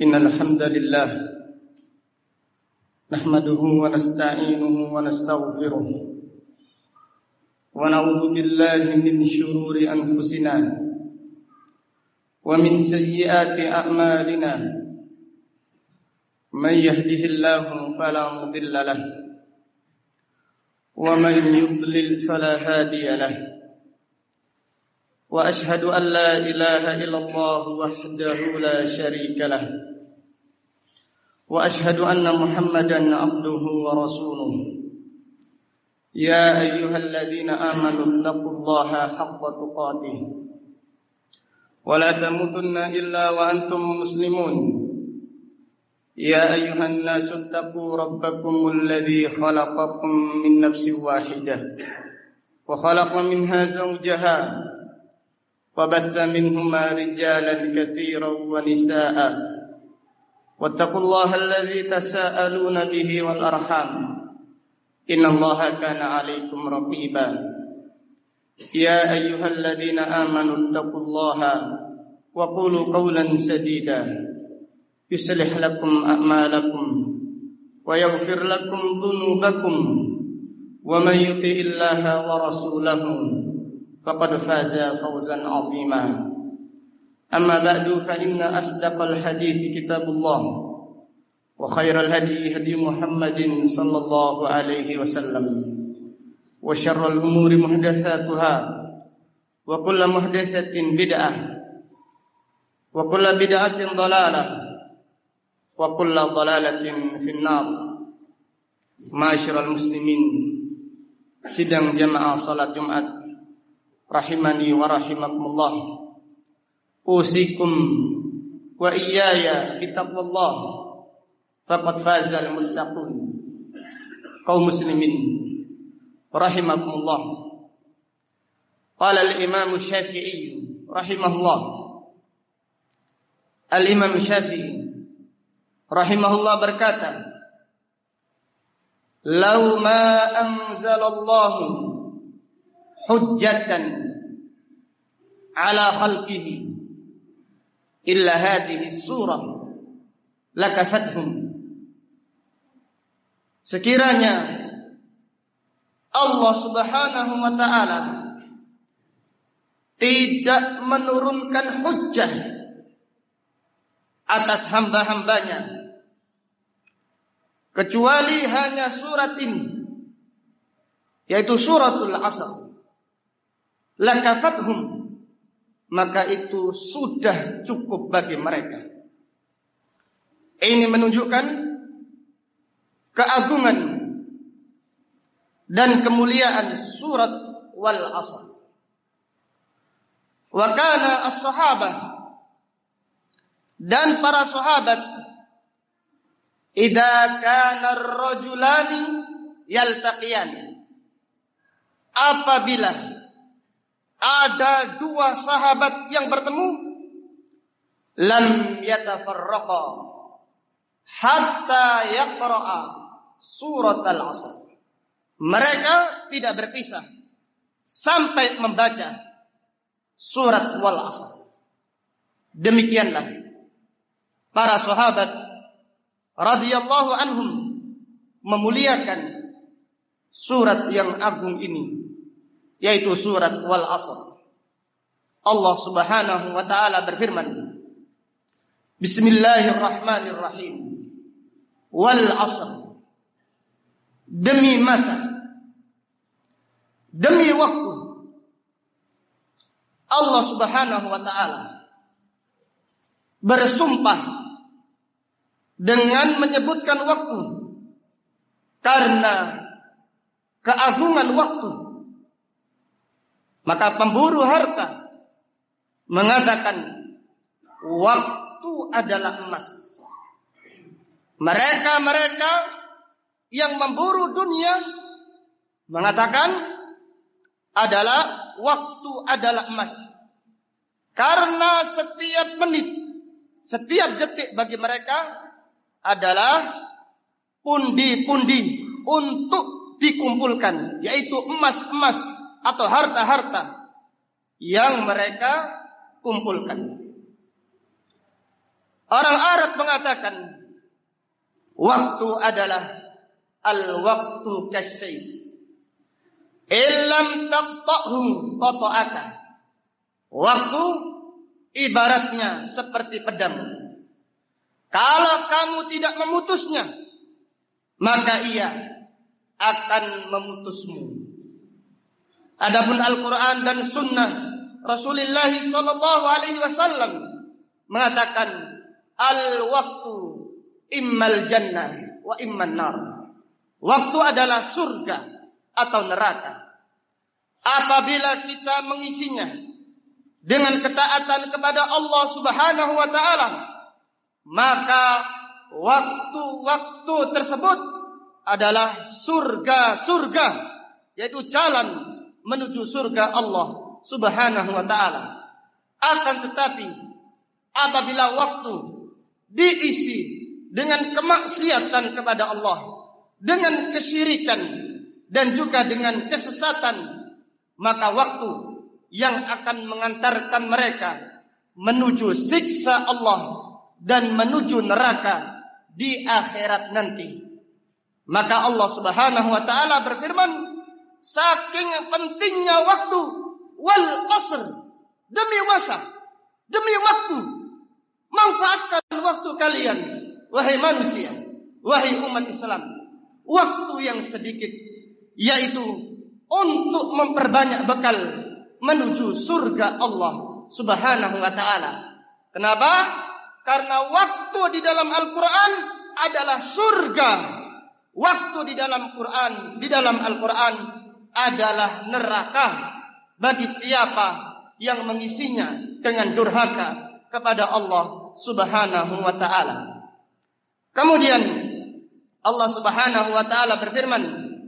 Innal hamdalillah nahmaduhu wa nasta'inuhu wa nastaghfiruh wa na'udzu billahi min shururi anfusina wa min sayyiati a'malina may yahdihillahu fala mudilla lahu wa man yudlil fala hadiya lahu wa ashhadu an la ilaha illallah wahdahu la syarika lahu wa ashhadu anna Muhammadan abduhu wa rasuluh. Ya ayyuhalladzina amanu taqullaha haqqa tuqatih wa la tamutunna illa wa antum muslimun. Ya ayyuhan nasu taqu rabbakumul ladzi khalaqakum min nafsin wahidah wa khalaqa minha zawjaha wa batha minhuma rijalan katsiran wa nisaa'a wattaqullaha alladzi tasaaluna bihi wal arham innallaha kana 'alaikum raqiba. Ya ayyuhalladzina amanu taqullaha wa qulu qawlan sadida yuslih lakum a'malakum wa yaghfir lakum dhunubakum wa man yuti'illaha wa rasulahu faqad faza fawzan 'azima. Amma ba'du fa inna asdaqal hadits kitabullah wa khairal hadi hadi Muhammadin sallallahu alaihi wasallam wa syarrul umuri muhdatsatuha wa kullu muhdatsatin bid'ah wa kullu bid'atin dhalalah wa kullu dhalalatin finnar. Ma'asyiral muslimin, sidang jamaah salat Jumat rahimani wa rahimakumullah. Usikum wa iyaya bitaqwallah faqad fazal muttaqun. Kaum muslimin rahimakumullah. Qala al-Imam Syafi'i rahimahullah. Al-Imam Syafi'i rahimahullah berkata, "Lau ma anzalallahu hujjatan ala khalqihi illa hadhihi surah lakafathum." Sekiranya Allah Subhanahu wa ta'ala tidak menurunkan hujjah atas hamba-hambanya kecuali hanya surat ini, yaitu suratul Asr, lakafathum, maka itu sudah cukup bagi mereka. Ini menunjukkan keagungan dan kemuliaan surat wal Asr. Wa kana as-sahabah, dan para sahabat, idza kana ar-rajulani yaltaqiyan, apabila ada dua sahabat yang bertemu, lam yatafarraqa hatta yaqra'a surat al-Asr, mereka tidak berpisah sampai membaca surat wal Asr. Demikianlah para sahabat radhiyallahu anhum memuliakan surat yang agung ini, yaitu surat wal Asr. Allah Subhanahu wa ta'ala berfirman, Bismillahirrahmanirrahim, wal Asr, demi masa, demi waktu. Allah Subhanahu wa ta'ala bersumpah dengan menyebutkan waktu karena keagungan waktu. Maka pemburu harta mengatakan waktu adalah emas. Mereka yang memburu dunia mengatakan adalah waktu adalah emas. Karena setiap menit, setiap detik bagi mereka adalah pundi-pundi untuk dikumpulkan, yaitu emas-emas atau harta-harta yang mereka kumpulkan. Orang Arab mengatakan waktu adalah al-waktu kasyayf. Illam taqta'hu qata'aka. Waktu ibaratnya seperti pedang. Kalau kamu tidak memutusnya, maka ia akan memutusmu. Adapun Al-Quran dan Sunnah Rasulullah sallallahu alaihi wasallam mengatakan al-waktu immal jannah wa imman nar. Waktu adalah surga atau neraka. Apabila kita mengisinya dengan ketaatan kepada Allah Subhanahu wa taala, maka waktu-waktu tersebut adalah surga-surga, yaitu jalan menuju surga Allah Subhanahu wa taala. Akan tetapi apabila waktu diisi dengan kemaksiatan kepada Allah, dengan kesyirikan dan juga dengan kesesatan, maka waktu yang akan mengantarkan mereka menuju siksa Allah dan menuju neraka di akhirat nanti. Maka Allah Subhanahu wa taala berfirman, saking pentingnya waktu, wal asr, demi masa, demi waktu, manfaatkan waktu kalian, wahai manusia, wahai umat Islam. Waktu yang sedikit, yaitu untuk memperbanyak bekal menuju surga Allah Subhanahu wa taala. Kenapa? Karena waktu di dalam Al-Quran adalah surga. Waktu di dalam Quran, di dalam Al-Quran adalah neraka bagi siapa yang mengisinya dengan durhaka kepada Allah Subhanahu wa taala. Kemudian Allah Subhanahu wa taala berfirman,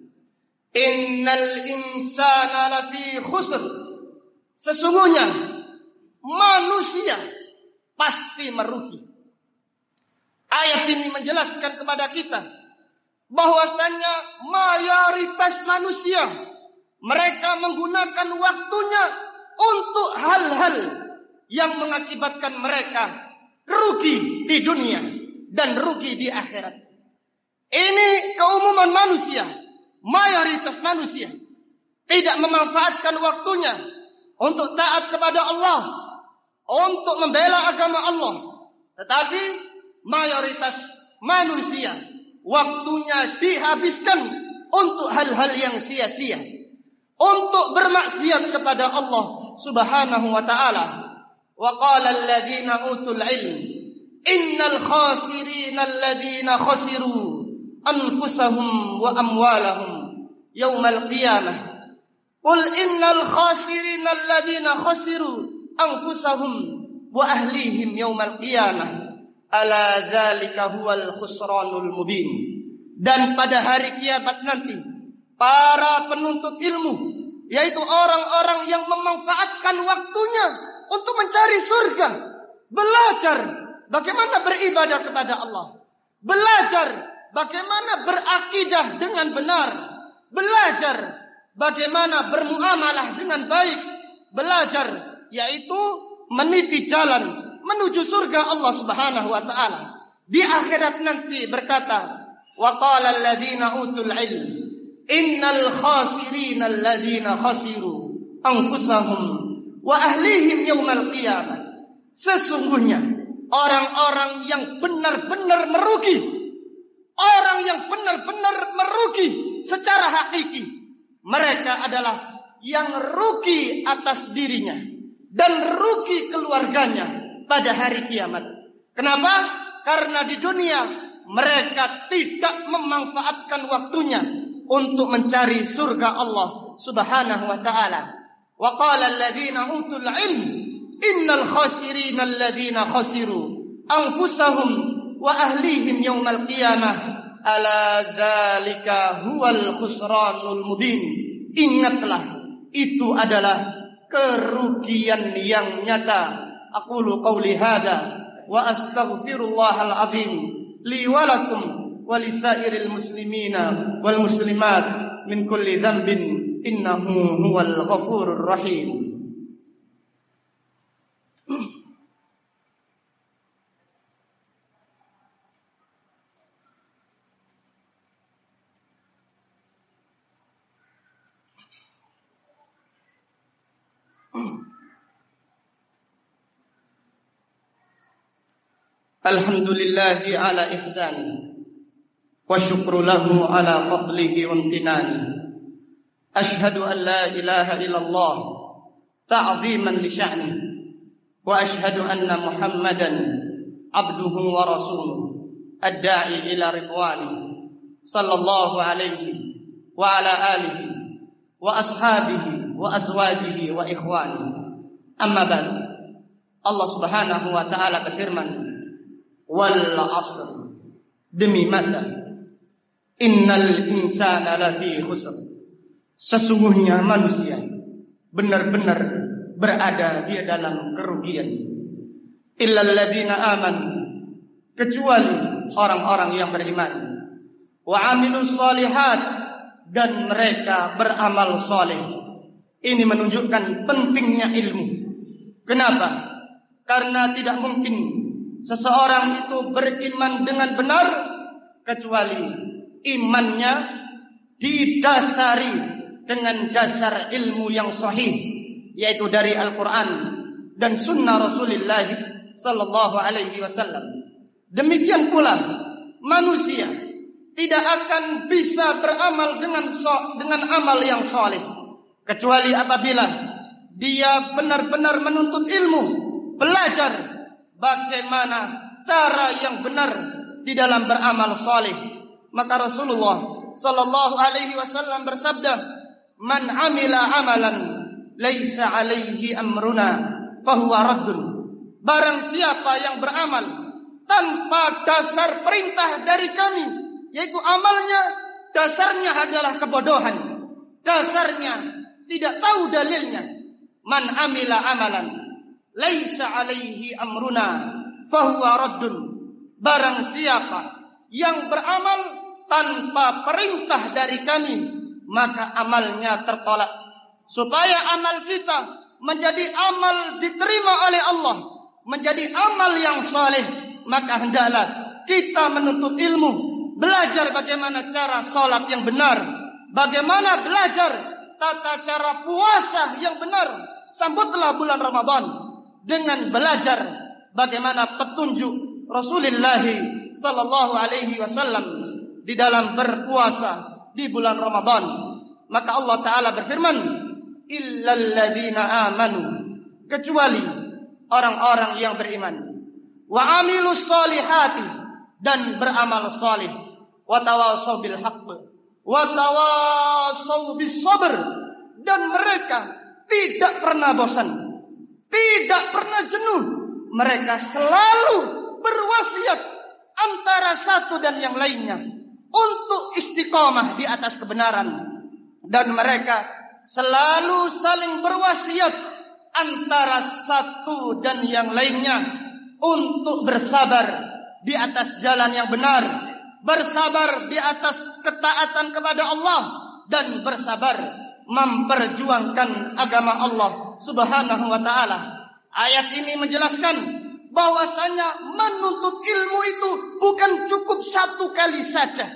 innal insana lafi khusr. Sesungguhnya manusia pasti merugi. Ayat ini menjelaskan kepada kita bahwasanya mayoritas manusia mereka menggunakan waktunya untuk hal-hal yang mengakibatkan mereka rugi di dunia dan rugi di akhirat. Ini keumuman manusia, mayoritas manusia tidak memanfaatkan waktunya untuk taat kepada Allah, untuk membela agama Allah. Tetapi mayoritas manusia waktunya dihabiskan untuk hal-hal yang sia-sia, untuk bermaksiat kepada Allah Subhanahu wa taala. Wa qala alladziina utul ilm innal khasirina alladziina khasiru anfusahum wa amwalahum yaumal qiyamah. Qul innal khasirina alladziina khasiru anfusahum wa ahlihim yaumal qiyamah. Ala dzalika huwal khusranul mubin. Dan pada hari kiamat nanti, para penuntut ilmu, yaitu orang-orang yang memanfaatkan waktunya untuk mencari surga, belajar bagaimana beribadah kepada Allah, belajar bagaimana berakidah dengan benar, belajar bagaimana bermuamalah dengan baik, belajar yaitu meniti jalan menuju surga Allah Subhanahu wa taala. Di akhirat nanti berkata, wa qala alladziina utul ilm innal khasirina alladziina khasiru anfusahum wa ahlihim yaumal qiyamah. Sesungguhnya orang-orang yang benar-benar merugi, orang yang benar-benar merugi secara hakiki, mereka adalah yang rugi atas dirinya dan rugi keluarganya pada hari kiamat. Kenapa? Karena di dunia mereka tidak memanfaatkan waktunya untuk mencari surga Allah Subhanahu wa taala. Wa qala alladziina utul ilm innal khasirina alladziina khasiru anfusahum wa ahlihim yaumal qiyamah. Ala dzalika huwal khusranul mubin. Ingatlah, itu adalah kerugian yang nyata. Aqulu qawli hadha wa astaghfirullahal azim li wa lakum wa lisairil muslimina wal muslimat min kulli dhanbin innahu huwal ghafurur rahim. Alhamdulillahi ala ihsani wa syukru lahu ala fadlihi wa imtinani. Ashhadu an la ilaha illallah ta'ziman li sya'ni wa ashhadu anna Muhammadan abduhu wa rasuluh ad-da'i ila ridwani sallallahu alaihi wa ala alihi wa ashabihi wa azwajihi wa ikhwani. Amma ba'd. Allah Subhanahu wa taala berfirman, wal asr, demi masa, innal insana lafi khusr, sesungguhnya manusia benar-benar berada di dalam kerugian. Illal ladzina amanu, kecuali orang-orang yang beriman, wa amilus shalihat, dan mereka beramal saleh. Ini menunjukkan pentingnya ilmu. Kenapa? Karena tidak mungkin seseorang itu beriman dengan benar kecuali imannya didasari dengan dasar ilmu yang sahih, yaitu dari Al-Quran dan Sunnah Rasulullah Sallallahu Alaihi Wasallam. Demikian pula manusia tidak akan bisa beramal dengan amal yang saleh kecuali apabila dia benar-benar menuntut ilmu, belajar bagaimana cara yang benar di dalam beramal saleh. Maka Rasulullah sallallahu alaihi wasallam bersabda, "Man 'amila 'amalan laisa 'alaihi amruna fahuwa raddun." Barang siapa yang beramal tanpa dasar perintah dari kami, yaitu amalnya dasarnya adalah kebodohan, dasarnya tidak tahu dalilnya. Man 'amila 'amalan laisa alaihi amruna fahuwa raddun. Barang siapa yang beramal tanpa perintah dari kami, maka amalnya tertolak. Supaya amal kita menjadi amal diterima oleh Allah, menjadi amal yang saleh, maka hendaklah kita menuntut ilmu, belajar bagaimana cara salat yang benar, bagaimana belajar tata cara puasa yang benar. Sambutlah bulan Ramadan dengan belajar bagaimana petunjuk Rasulullah sallallahu alaihi wasallam di dalam berpuasa di bulan Ramadan. Maka Allah taala berfirman, illal ladzina amanu, kecuali orang-orang yang beriman, wa amilus solihati, dan beramal saleh, wa tawassaw bil haqq wa tawassaw bis sabr, dan mereka tidak pernah bosan, tidak pernah jenuh. Mereka selalu berwasiat antara satu dan yang lainnya untuk istiqomah di atas kebenaran. Dan mereka selalu saling berwasiat antara satu dan yang lainnya untuk bersabar di atas jalan yang benar, bersabar di atas ketaatan kepada Allah, dan bersabar memperjuangkan agama Allah Subhanahu wa taala. Ayat ini menjelaskan bahwasanya menuntut ilmu itu bukan cukup satu kali saja,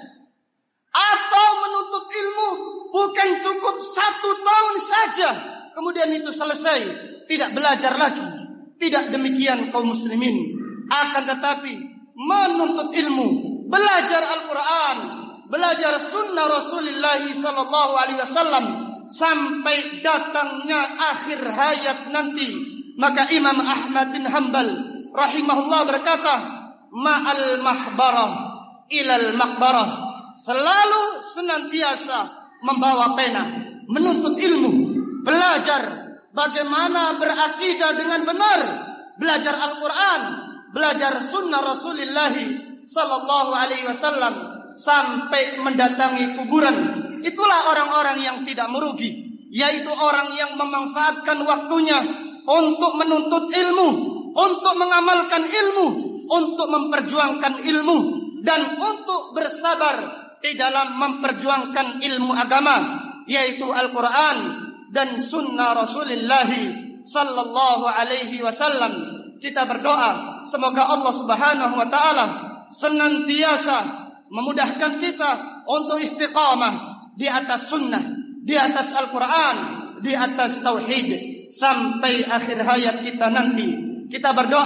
atau menuntut ilmu bukan cukup 1 tahun saja kemudian itu selesai, tidak belajar lagi. Tidak demikian kaum muslimin. Akan tetapi menuntut ilmu, belajar Al-Quran, belajar sunnah Rasulullah sallallahu alaihi wasallam sampai datangnya akhir hayat nanti. Maka Imam Ahmad bin Hanbal rahimahullah berkata, ma'al mahbarah ilal makbarah, selalu senantiasa membawa pena, menuntut ilmu, belajar bagaimana berakidah dengan benar, belajar Al-Quran, belajar sunnah Rasulullah sallallahu alaihi wasallam sampai mendatangi kuburan. Itulah orang-orang yang tidak merugi, yaitu orang yang memanfaatkan waktunya untuk menuntut ilmu, untuk mengamalkan ilmu, untuk memperjuangkan ilmu, dan untuk bersabar di dalam memperjuangkan ilmu agama, yaitu Al-Quran dan sunnah Rasulullah sallallahu alaihi wasallam. Kita berdoa semoga Allah Subhanahu wa taala senantiasa memudahkan kita untuk istiqamah di atas sunnah, di atas Al-Quran, di atas tauhid sampai akhir hayat kita nanti. Kita berdoa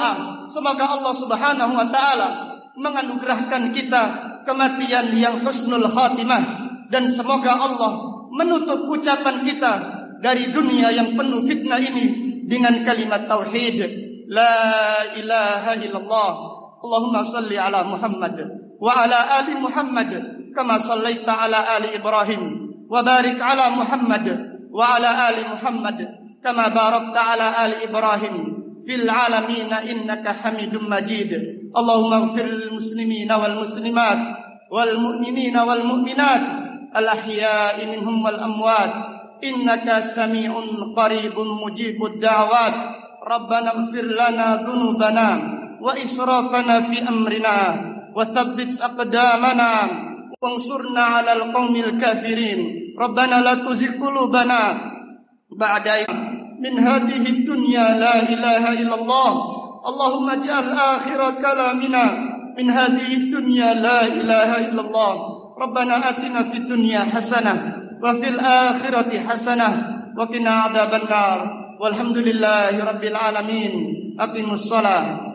semoga Allah Subhanahu wa taala menganugerahkan kita kematian yang husnul khatimah, dan semoga Allah menutup ucapan kita dari dunia yang penuh fitnah ini dengan kalimat tauhid la ilaha illallah. Allahumma salli ala Muhammad wa ala ali Muhammad kama sallaita ala ali Ibrahim wa barik ala Muhammad wa ala ali Muhammad kama barakta ala ali Ibrahim fil alamin innaka Hamidum Majid. Allahumma ighfir lil muslimina wal muslimat wal mu'minina wal mu'minat al ahya'i minhum wal amwat innaka sami'un qaribun mujibud da'wat. Rabbana ighfir lana dhunubana wa israfana fi amrina wa thabbit aqdamana wansurna 'alal qaumil kafirin. Rabbana la tuzigh qulubana ba'da min hadhihi dunya la ilaha illallah. Allahumma ij'al akhira kalamina min hadhihi dunya la ilaha illallah. Rabbana atina fid dunya hasanah wa fil akhirati hasanah wa qina adzabannar. Walhamdulillahi rabbil alamin. Aqimus shalah.